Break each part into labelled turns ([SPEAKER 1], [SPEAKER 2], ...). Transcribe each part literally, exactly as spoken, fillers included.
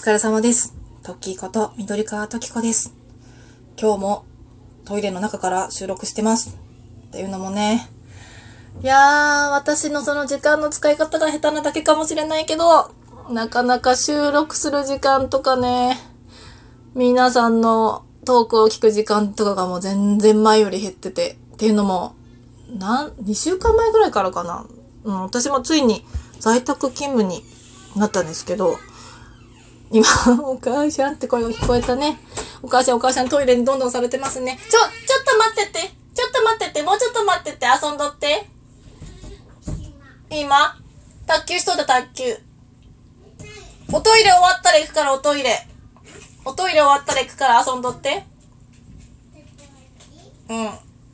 [SPEAKER 1] 疲れ様です。トッキーこと緑川トキコです。今日もトイレの中から収録してます。っていうのもね、いやー、私のその時間の使い方が下手なだけかもしれないけど、なかなか収録する時間とかね、皆さんのトークを聞く時間とかがもう全然前より減ってて、っていうのも、なん、にしゅうかんまえぐらいからかな。うん、私もついに在宅勤務になったんですけど、今、お母さんって声が聞こえたね。お母さんお母さんトイレにどんどんされてますね。ちょ、ちょっと待ってて。ちょっと待ってて。もうちょっと待ってて。遊んどって。今卓球しとった卓球。おトイレ終わったら行くからおトイレ。おトイレ終わったら行くから遊んどって。うん。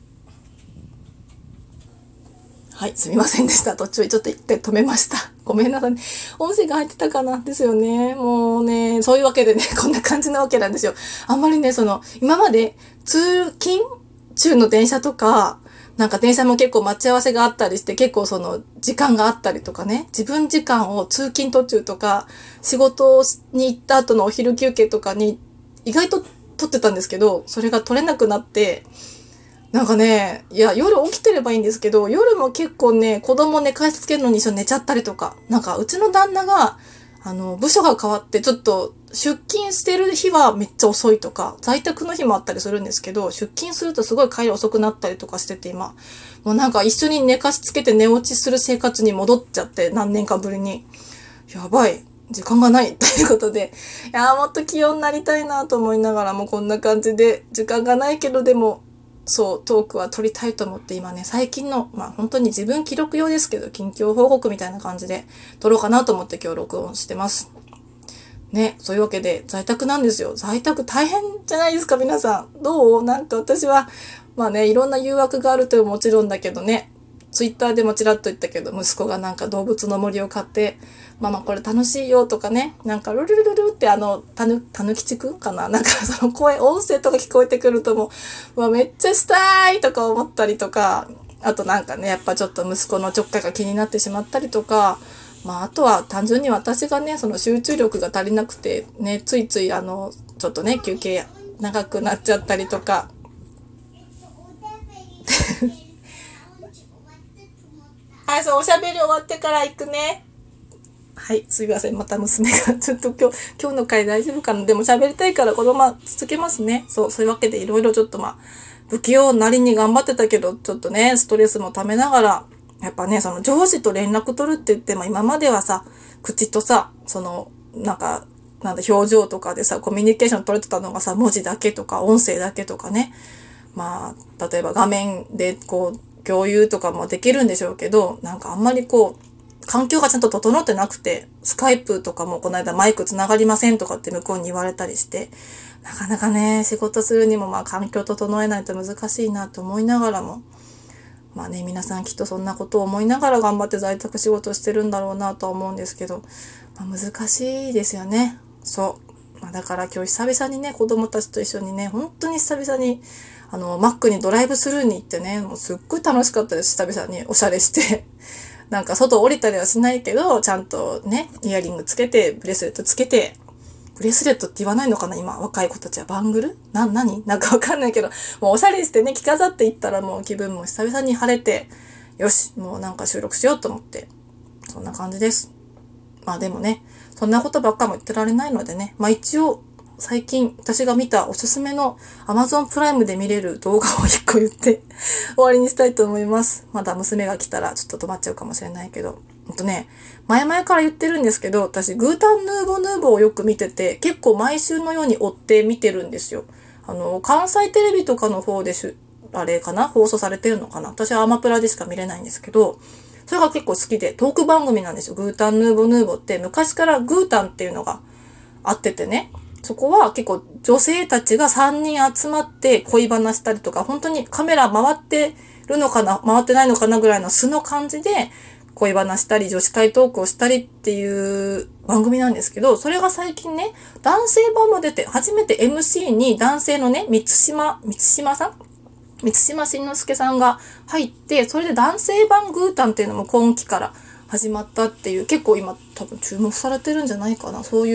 [SPEAKER 1] はい、すみませんでした。途中ちょっと一回止めました。ごめんなさい。音声が入ってたかなですよね。もうね、そういうわけでね、こんな感じなわけなんですよ。あんまりね、その、今まで通勤中の電車とか、なんか電車も結構待ち合わせがあったりして、結構その、時間があったりとかね、自分時間を通勤途中とか、仕事に行った後のお昼休憩とかに、意外と取ってたんですけど、それが取れなくなって、なんかね、いや、夜起きてればいいんですけど、夜も結構ね、子供寝かしつけるのに一緒に寝ちゃったりとか、なんかうちの旦那が、あの、部署が変わってちょっと出勤してる日はめっちゃ遅いとか、在宅の日もあったりするんですけど、出勤するとすごい帰り遅くなったりとかしてて今、もうなんか一緒に寝かしつけて寝落ちする生活に戻っちゃって、何年かぶりに。やばい。時間がないということで、いやーもっと器用になりたいなと思いながらもこんな感じで、時間がないけどでも、そう、トークは撮りたいと思って今ね、最近の、まあ本当に自分記録用ですけど、近況報告みたいな感じで撮ろうかなと思って今日録音してます。ね、そういうわけで在宅なんですよ。在宅大変じゃないですか、皆さん。どう？なんか私は、まあね、いろんな誘惑があるというもちろんだけどね、ツイッターでもちらっと言ったけど、息子がなんか動物の森を買って、ママこれ楽しいよとかね、なんかルルルルルってあの、たぬ、たぬきちくんかななんかその声、音声とか聞こえてくるともう、まあ、めっちゃしたいとか思ったりとか、あとなんかね、やっぱちょっと息子のちょっかいが気になってしまったりとか、まああとは単純に私がね、その集中力が足りなくて、ね、ついついあの、ちょっとね、休憩長くなっちゃったりとか、はい、そう、おしゃべり終わってから行くね。はい、すいません。また娘が、ちょっと今日、今日の回大丈夫かな。でも喋りたいからこのまま続けますね。そう、そういうわけでいろいろちょっとまあ、不器用なりに頑張ってたけど、ちょっとね、ストレスもためながら、やっぱね、その上司と連絡取るって言っても今まではさ、口とさ、その、なんか、なんだ、表情とかでさ、コミュニケーション取れてたのがさ、文字だけとか、音声だけとかね。まあ、例えば画面でこう、共有とかもできるんでしょうけど、なんかあんまりこう、環境がちゃんと整ってなくて、スカイプとかもこの間マイクつながりませんとかって向こうに言われたりして、なかなかね、仕事するにもまあ環境整えないと難しいなと思いながらも、まあね、皆さんきっとそんなことを思いながら頑張って在宅仕事してるんだろうなとは思うんですけど、まあ、難しいですよね。そう。まあ、だから今日久々にね、子供たちと一緒にね、本当に久々に、あの、マックにドライブスルーに行ってね、もうすっごい楽しかったです。久々におしゃれして。なんか外降りたりはしないけど、ちゃんとね、イヤリングつけて、ブレスレットつけて、ブレスレットって言わないのかな今、若い子たちはバングルな、何なんかわかんないけど、もうおしゃれしてね、着飾っていったらもう気分も久々に晴れて、よし、もうなんか収録しようと思って、そんな感じです。まあでもね、そんなことばっかも言ってられないのでね、まあ一応、最近私が見たおすすめの Amazon プライムで見れる動画を一個言って終わりにしたいと思います。まだ娘が来たらちょっと止まっちゃうかもしれないけど。ほんとね、前々から言ってるんですけど、私グータンヌーボヌーボをよく見てて、結構毎週のように追って見てるんですよ。あの、関西テレビとかの方でしゅ、あれかな放送されてるのかな私はアマプラでしか見れないんですけど、それが結構好きで、トーク番組なんですよ。グータンヌーボヌーボって昔からグータンっていうのがあっててね。そこは結構女性たちがさんにん集まって恋話したりとか、本当にカメラ回ってるのかな回ってないのかなぐらいの素の感じで恋話したり女子会トークをしたりっていう番組なんですけど、それが最近ね、男性版も出て、初めて エムシー に男性のね、三島、三島さん三島慎之介さんが入って、それで男性版グータンっていうのも今期から始まったっていう、結構今多分注目されてるんじゃないかな。そういう、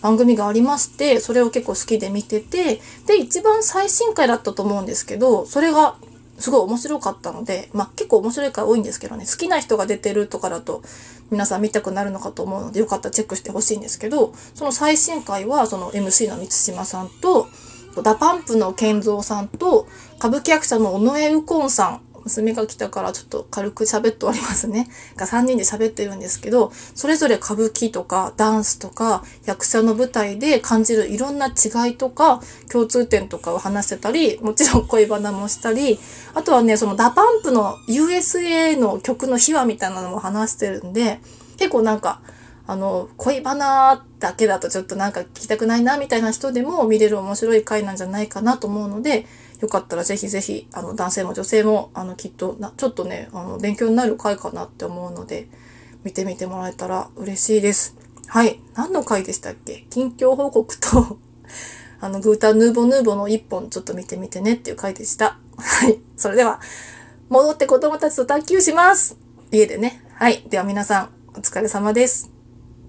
[SPEAKER 1] 番組がありまして、それを結構好きで見てて、で、一番最新回だったと思うんですけど、それがすごい面白かったので、まあ結構面白い回多いんですけどね、好きな人が出てるとかだと皆さん見たくなるのかと思うので、よかったらチェックしてほしいんですけど、その最新回はその エムシー の満島さんと、ダパンプの健三さんと、歌舞伎役者の尾上右近さん、娘が来たからちょっと軽く喋っておりますね。がさんにんで喋ってるんですけど、それぞれ歌舞伎とかダンスとか役者の舞台で感じるいろんな違いとか共通点とかを話してたり、もちろん恋バナもしたり、あとはね、そのダパンプの ユーエスエー の曲の秘話みたいなのも話してるんで、結構なんか、あの、恋バナだけだとちょっとなんか聞きたくないなみたいな人でも見れる面白い回なんじゃないかなと思うので、よかったらぜひぜひ、あの、男性も女性も、あの、きっとな、ちょっとね、あの、勉強になる回かなって思うので、見てみてもらえたら嬉しいです。はい。何の回でしたっけ？近況報告と、あの、グータンヌーボヌーボの一本ちょっと見てみてねっていう回でした。はい。それでは、戻って子供たちと卓球します。家でね。はい。では皆さん、お疲れ様です。